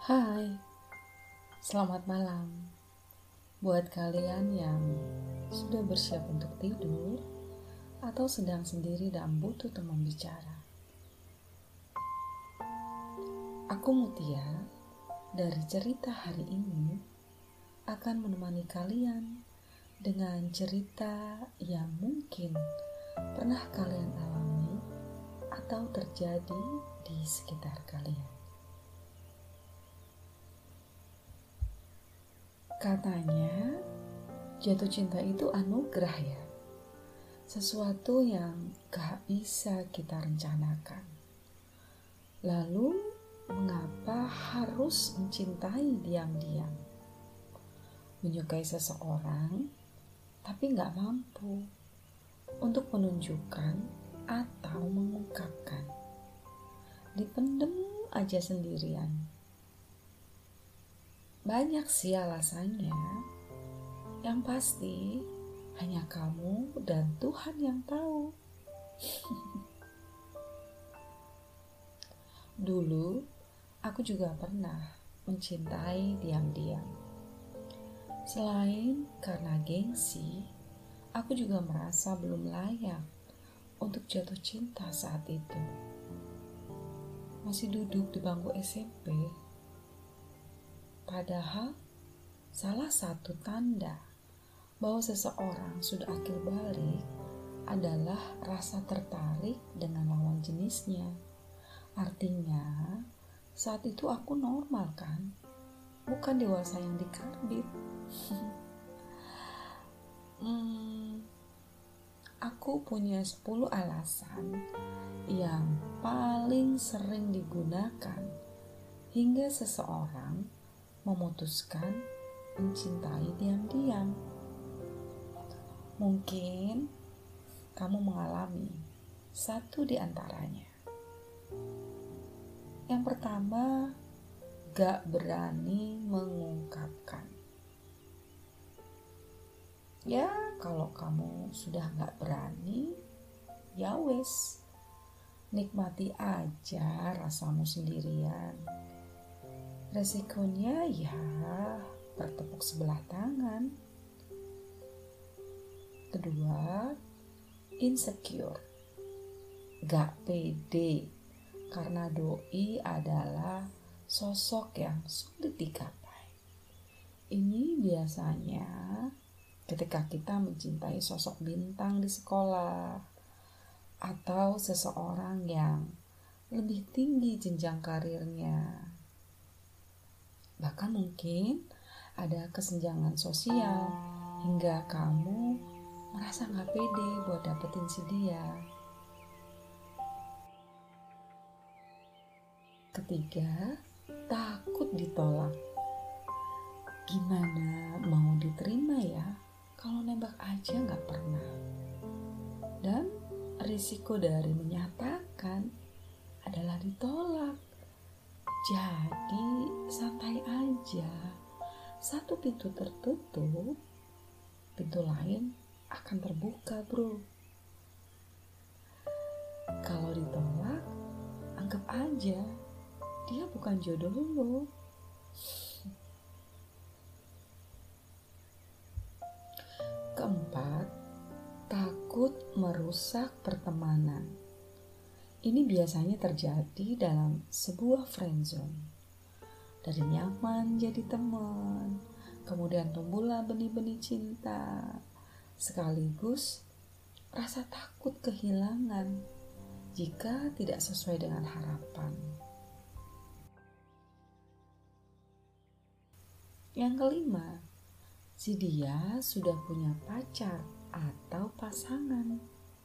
Hai, selamat malam. Buat kalian yang sudah bersiap untuk tidur atau sedang sendiri dan butuh teman bicara. Aku Mutia dari cerita hari ini akan menemani kalian dengan cerita yang mungkin pernah kalian alami atau terjadi di sekitar kalian. Katanya, jatuh cinta itu anugerah ya. Sesuatu yang gak bisa kita rencanakan. Lalu, mengapa harus mencintai diam-diam? Menyukai seseorang, tapi gak mampu untuk menunjukkan atau mengungkapkan. Dipendem aja sendirian. Banyak sih alasannya. Yang pasti hanya kamu dan Tuhan yang tahu. Dulu aku juga pernah mencintai diam-diam. Selain karena gengsi, aku juga merasa belum layak untuk jatuh cinta saat itu. Masih duduk di bangku SMP. Padahal salah satu tanda bahwa seseorang sudah akil balik adalah rasa tertarik dengan lawan jenisnya. Artinya, saat itu aku normal kan? Bukan dewasa yang dikarbit. Aku punya 10 alasan yang paling sering digunakan hingga seseorang memutuskan mencintai diam-diam. Mungkin kamu mengalami satu di antaranya. Yang pertama, gak berani mengungkapkan. Ya, kalau kamu sudah gak berani, ya wes, nikmati aja rasamu sendirian. Resikonya ya bertepuk sebelah tangan. Kedua, insecure. Gak pede karena doi adalah sosok yang sulit digapai. Ini biasanya ketika kita mencintai sosok bintang di sekolah atau seseorang yang lebih tinggi jenjang karirnya. Bahkan mungkin ada kesenjangan sosial hingga kamu merasa gak pede buat dapetin si dia. Ketiga, takut ditolak. Gimana mau diterima ya kalau nembak aja gak pernah. Dan risiko dari menyatakan adalah ditolak. Jadi santai aja. Satu pintu tertutup, pintu lain akan terbuka, bro. Kalau ditolak, anggap aja dia bukan jodoh lo. Keempat, takut merusak pertemanan. Ini biasanya terjadi dalam sebuah friendzone. Dari nyaman jadi teman, kemudian tumbuhlah benih-benih cinta, sekaligus rasa takut kehilangan jika tidak sesuai dengan harapan. Yang kelima, si dia sudah punya pacar atau pasangan.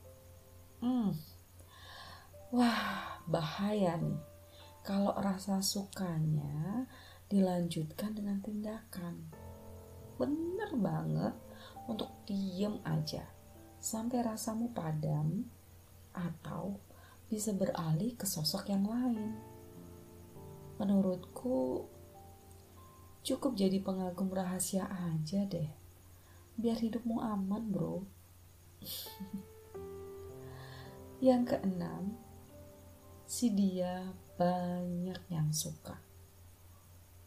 Wah, bahaya nih kalau rasa sukanya dilanjutkan dengan tindakan. Bener banget untuk diem aja sampai rasamu padam atau bisa beralih ke sosok yang lain. Menurutku cukup jadi pengagum rahasia aja deh, biar hidupmu aman, bro. Yang keenam, si dia banyak yang suka.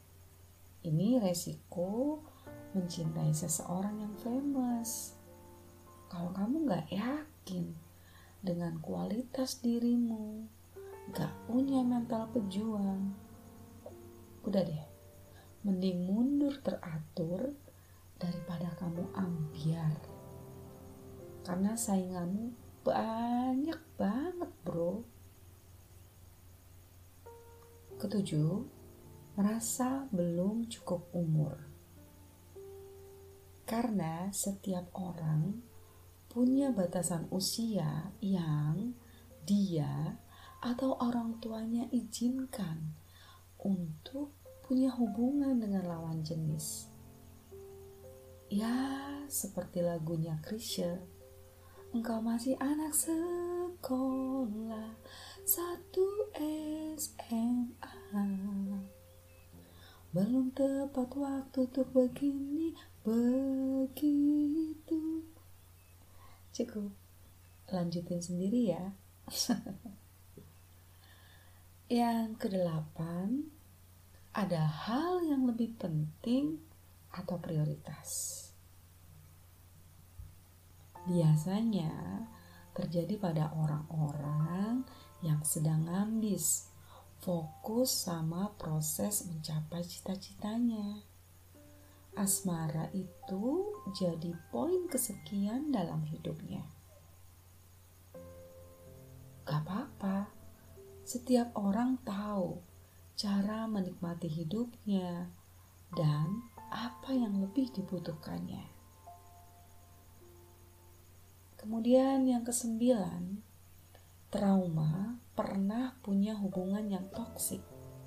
Ini resiko mencintai seseorang yang famous. Kalau kamu gak yakin dengan kualitas dirimu, gak punya mental pejuang, udah deh, mending mundur teratur daripada kamu ambiar. Karena sainganmu banyak banget, bro. Ketujuh, merasa belum cukup umur. Karena setiap orang punya batasan usia yang dia atau orang tuanya izinkan untuk punya hubungan dengan lawan jenis. Ya, seperti lagunya Chrisye, engkau masih anak sekolah 1 SMA. Belum tepat waktu untuk begini begitu. Cukup, lanjutin sendiri ya. Yang kedelapan, ada hal yang lebih penting atau prioritas. Biasanya terjadi pada orang-orang yang sedang ambis, fokus sama proses mencapai cita-citanya. Asmara itu jadi poin kesekian dalam hidupnya. Gak apa-apa, setiap orang tahu cara menikmati hidupnya dan apa yang lebih dibutuhkannya. Kemudian yang kesembilan, trauma pernah punya hubungan yang toksik.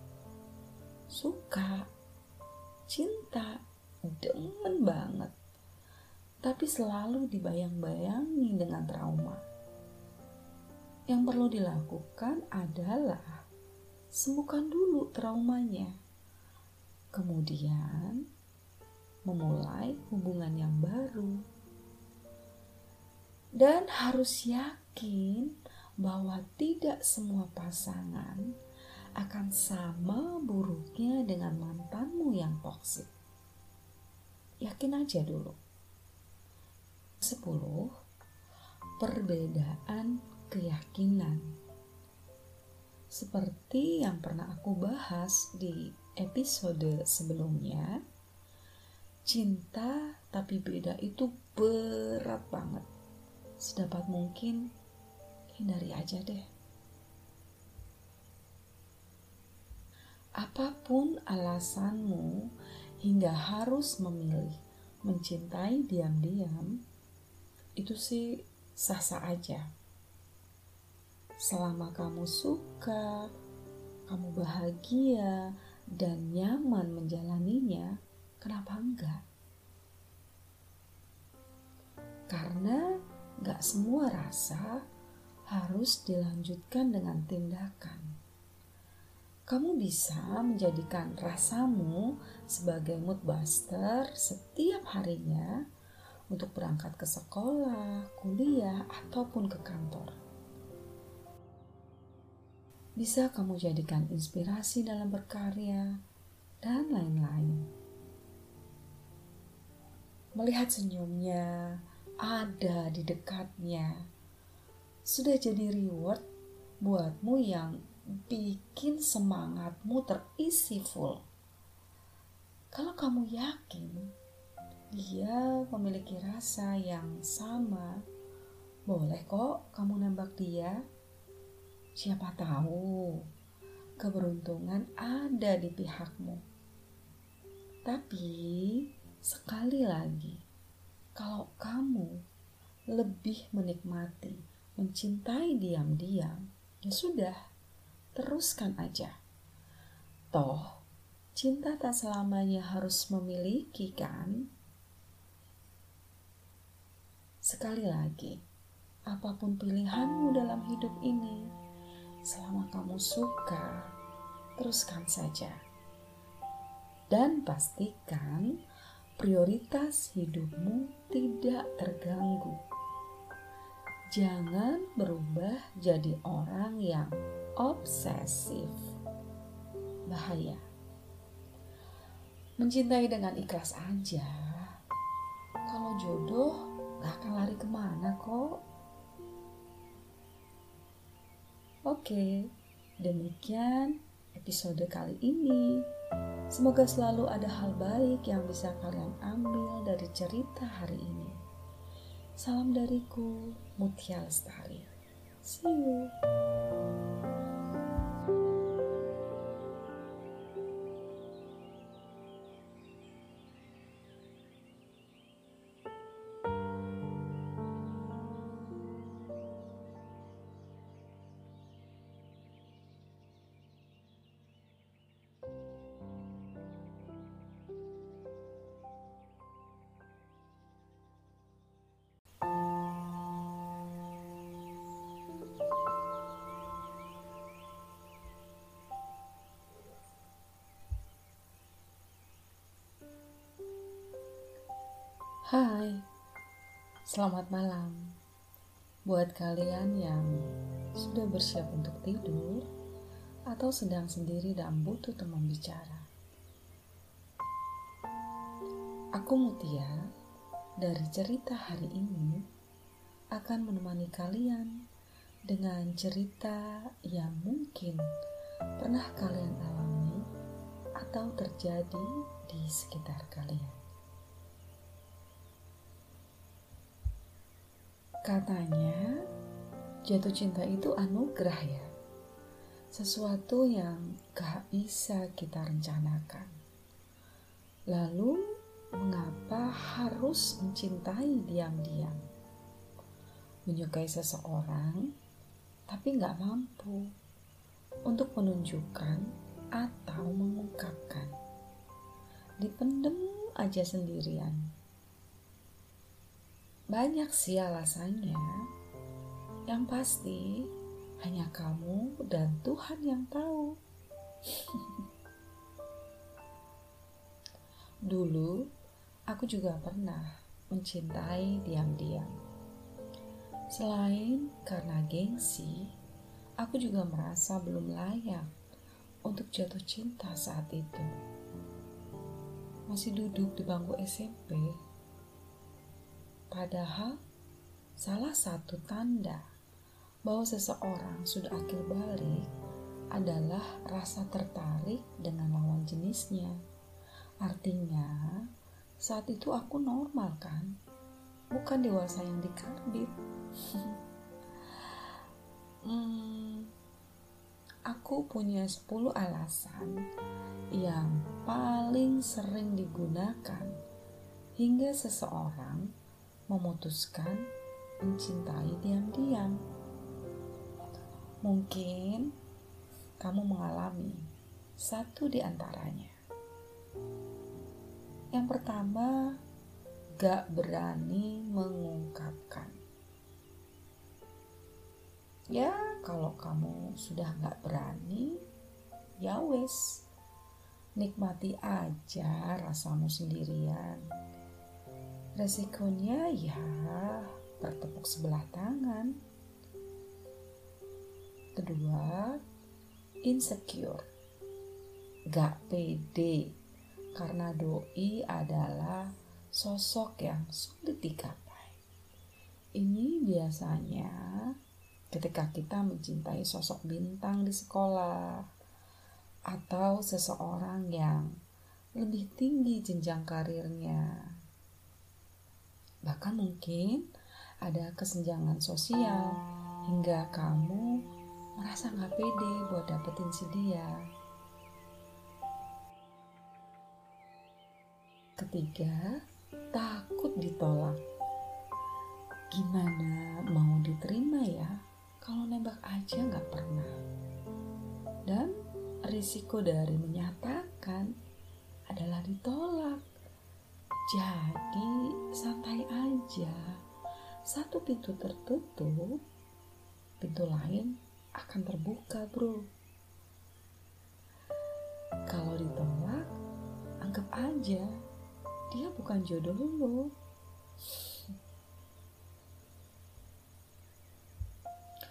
Suka, cinta, demen banget, tapi selalu dibayang-bayangi dengan trauma. Yang perlu dilakukan adalah sembuhkan dulu traumanya, kemudian memulai hubungan yang baru. Dan harus yakin bahwa tidak semua pasangan akan sama buruknya dengan mantanmu yang toksik. Yakin aja dulu. 10. Perbedaan keyakinan. Seperti yang pernah aku bahas di episode sebelumnya, cinta tapi beda itu berat banget. Sedapat mungkin hindari aja deh. Apapun alasanmu hingga harus memilih mencintai diam-diam, itu sih sah-sah aja. Selama kamu suka, kamu bahagia dan nyaman menjalaninya, kenapa enggak? Karena gak semua rasa harus dilanjutkan dengan tindakan. Kamu bisa menjadikan rasamu sebagai mood booster setiap harinya untuk berangkat ke sekolah, kuliah, ataupun ke kantor. Bisa kamu jadikan inspirasi dalam berkarya, dan lain-lain. Melihat senyumnya ada di dekatnya sudah jadi reward buatmu yang bikin semangatmu terisi full. Kalau kamu yakin dia memiliki rasa yang sama, boleh kok kamu nembak dia. Siapa tahu keberuntungan ada di pihakmu. Tapi sekali lagi, kalau kamu lebih menikmati mencintai diam-diam, ya sudah, teruskan aja. Toh, cinta tak selamanya harus memiliki kan? Sekali lagi, apapun pilihanmu dalam hidup ini, selama kamu suka, teruskan saja. Dan pastikan prioritas hidupmu tidak terganggu. Jangan berubah jadi orang yang obsesif. Bahaya. Mencintai dengan ikhlas aja. Kalau jodoh gak akan lari kemana kok. Oke, demikian episode kali ini. Semoga selalu ada hal baik yang bisa kalian ambil dari cerita hari ini. Salam dariku, Mutia Lestari. See you. Hai, selamat malam. Buat kalian yang sudah bersiap untuk tidur atau sedang sendiri dan butuh teman bicara. Aku Mutia dari cerita hari ini akan menemani kalian dengan cerita yang mungkin pernah kalian alami atau terjadi di sekitar kalian. Katanya, jatuh cinta itu anugerah ya. Sesuatu yang gak bisa kita rencanakan. Lalu, mengapa harus mencintai diam-diam? Menyukai seseorang, tapi gak mampu untuk menunjukkan atau mengungkapkan. Dipendem aja sendirian. Banyak sih alasannya, yang pasti hanya kamu dan Tuhan yang tahu. Dulu, aku juga pernah mencintai diam-diam. Selain karena gengsi, aku juga merasa belum layak untuk jatuh cinta saat itu. Masih duduk di bangku SMP. Padahal, salah satu tanda bahwa seseorang sudah akil balik adalah rasa tertarik dengan lawan jenisnya. Artinya, saat itu aku normal kan? Bukan dewasa yang dikarbit. Aku punya 10 alasan yang paling sering digunakan hingga seseorang memutuskan mencintai diam-diam. Mungkin kamu mengalami satu di antaranya. Yang pertama, gak berani mengungkapkan. Ya, kalau kamu sudah gak berani, ya wes, nikmati aja rasamu sendirian. Resikonya ya bertepuk sebelah tangan. Kedua, insecure. Gak pede karena doi adalah sosok yang sulit digapai. Ini biasanya ketika kita mencintai sosok bintang di sekolah atau seseorang yang lebih tinggi jenjang karirnya. Bahkan mungkin ada kesenjangan sosial hingga kamu merasa gak pede buat dapetin si dia. Ketiga, takut ditolak. Gimana mau diterima ya kalau nembak aja gak pernah. Dan risiko dari menyatakan adalah ditolak. Jadi santai aja. Satu pintu tertutup, pintu lain akan terbuka, bro. Kalau ditolak, anggap aja dia bukan jodoh lo.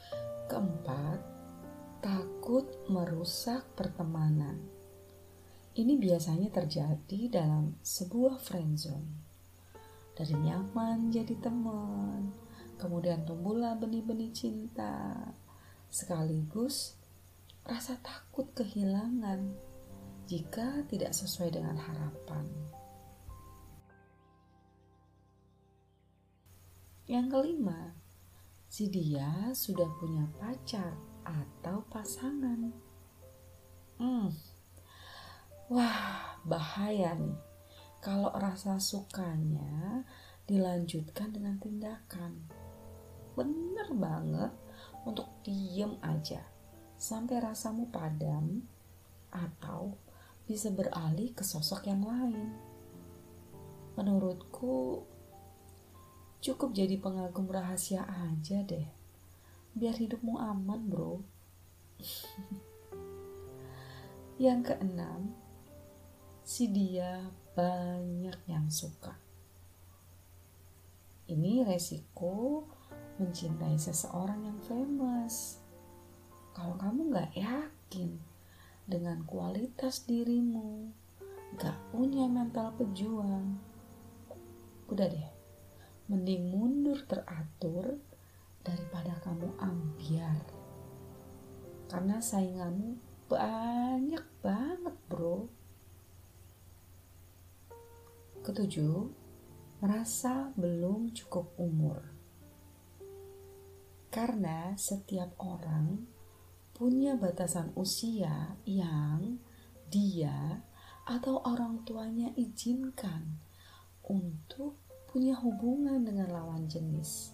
Keempat, takut merusak pertemanan. Ini biasanya terjadi dalam sebuah friendzone. Dari nyaman jadi teman, kemudian tumbuhlah benih-benih cinta, sekaligus rasa takut kehilangan jika tidak sesuai dengan harapan. Yang kelima, si dia sudah punya pacar atau pasangan. Wah, bahaya nih kalau rasa sukanya dilanjutkan dengan tindakan. Bener banget untuk diem aja sampai rasamu padam atau bisa beralih ke sosok yang lain. Menurutku cukup jadi pengagum rahasia aja deh, biar hidupmu aman bro. Yang keenam, si dia banyak yang suka. Ini resiko mencintai seseorang yang famous. Kalau kamu gak yakin dengan kualitas dirimu, gak punya mental pejuang, udah deh, mending mundur teratur daripada kamu ambiar. Karena sainganmu banyak banget bro. Ketujuh, merasa belum cukup umur. Karena setiap orang punya batasan usia yang dia atau orang tuanya izinkan untuk punya hubungan dengan lawan jenis.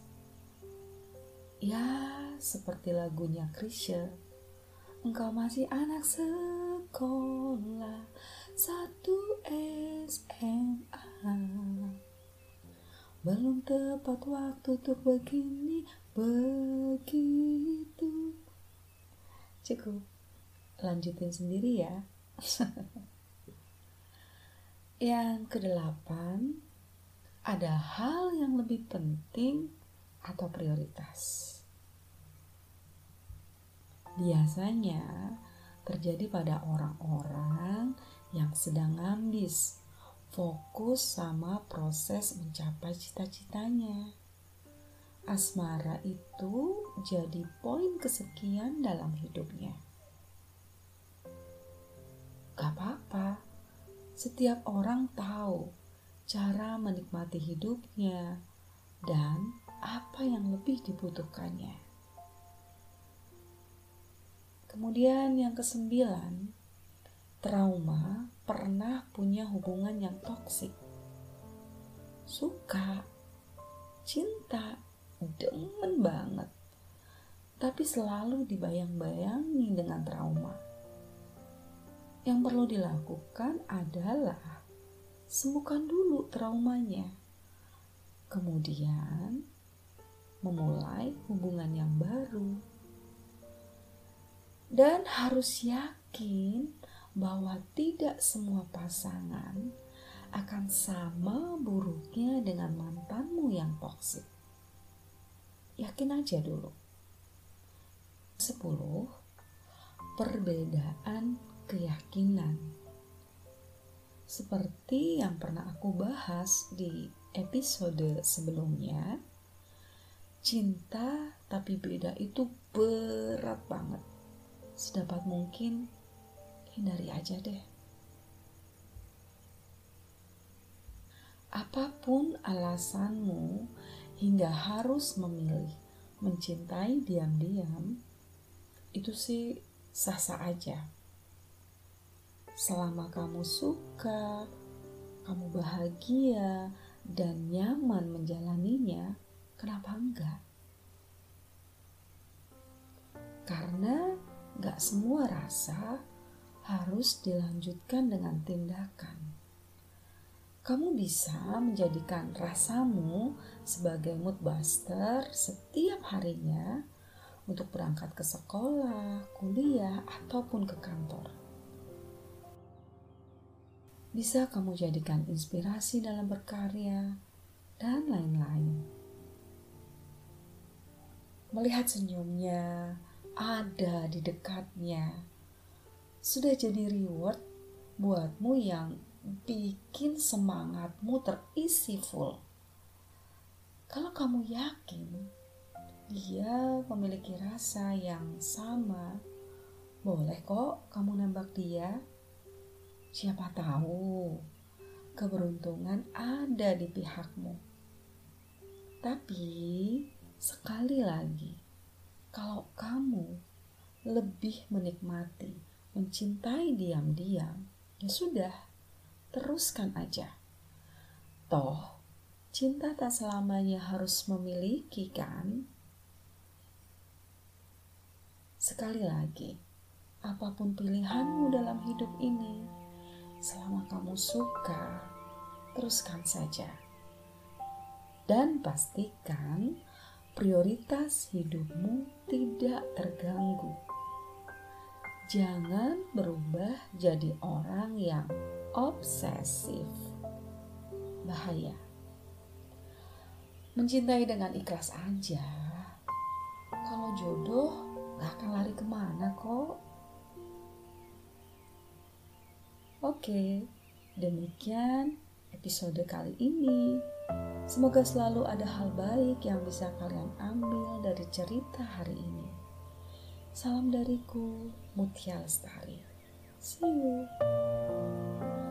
Ya, seperti lagunya Chrisye, engkau masih anak sekolah 1 SMA. Belum tepat waktu untuk begini begitu. Cukup, lanjutin sendiri ya. Yang kedelapan, ada hal yang lebih penting atau prioritas. Biasanya terjadi pada orang-orang yang sedang ambis, fokus sama proses mencapai cita-citanya. Asmara itu jadi poin kesekian dalam hidupnya. Gak apa-apa, setiap orang tahu cara menikmati hidupnya dan apa yang lebih dibutuhkannya. Kemudian yang kesembilan, trauma pernah punya hubungan yang toksik. Suka, cinta, demen banget, tapi selalu dibayang-bayangi dengan trauma. Yang perlu dilakukan adalah sembuhkan dulu traumanya. Kemudian memulai hubungan yang baru. Dan harus yakin bahwa tidak semua pasangan akan sama buruknya dengan mantanmu yang toksik. Yakin aja dulu. 10. Perbedaan keyakinan. Seperti yang pernah aku bahas di episode sebelumnya, cinta tapi beda itu berat banget. Sedapat mungkin hindari aja deh. Apapun alasanmu hingga harus memilih mencintai diam-diam, itu sih sah-sah aja. Selama kamu suka, kamu bahagia dan nyaman menjalaninya, kenapa enggak? Karena gak semua rasa harus dilanjutkan dengan tindakan. Kamu bisa menjadikan rasamu sebagai mood booster setiap harinya untuk berangkat ke sekolah, kuliah, ataupun ke kantor. Bisa kamu jadikan inspirasi dalam berkarya, dan lain-lain. Melihat senyumnya ada di dekatnya sudah jadi reward buatmu yang bikin semangatmu terisi full. Kalau kamu yakin dia memiliki rasa yang sama, boleh kok kamu nembak dia. Siapa tahu keberuntungan ada di pihakmu. Tapi sekali lagi, kalau kamu lebih menikmati mencintai diam-diam, ya sudah, teruskan aja. Toh, cinta tak selamanya harus memiliki, kan? Sekali lagi, apapun pilihanmu dalam hidup ini, selama kamu suka, teruskan saja. Dan pastikan prioritas hidupmu tidak terganggu. Jangan berubah jadi orang yang obsesif. Bahaya. Mencintai dengan ikhlas aja. Kalau jodoh gak akan lari kemana kok. Oke, demikian episode kali ini. Semoga selalu ada hal baik yang bisa kalian ambil dari cerita hari ini. Salam dariku, Mutia Lestari. See you.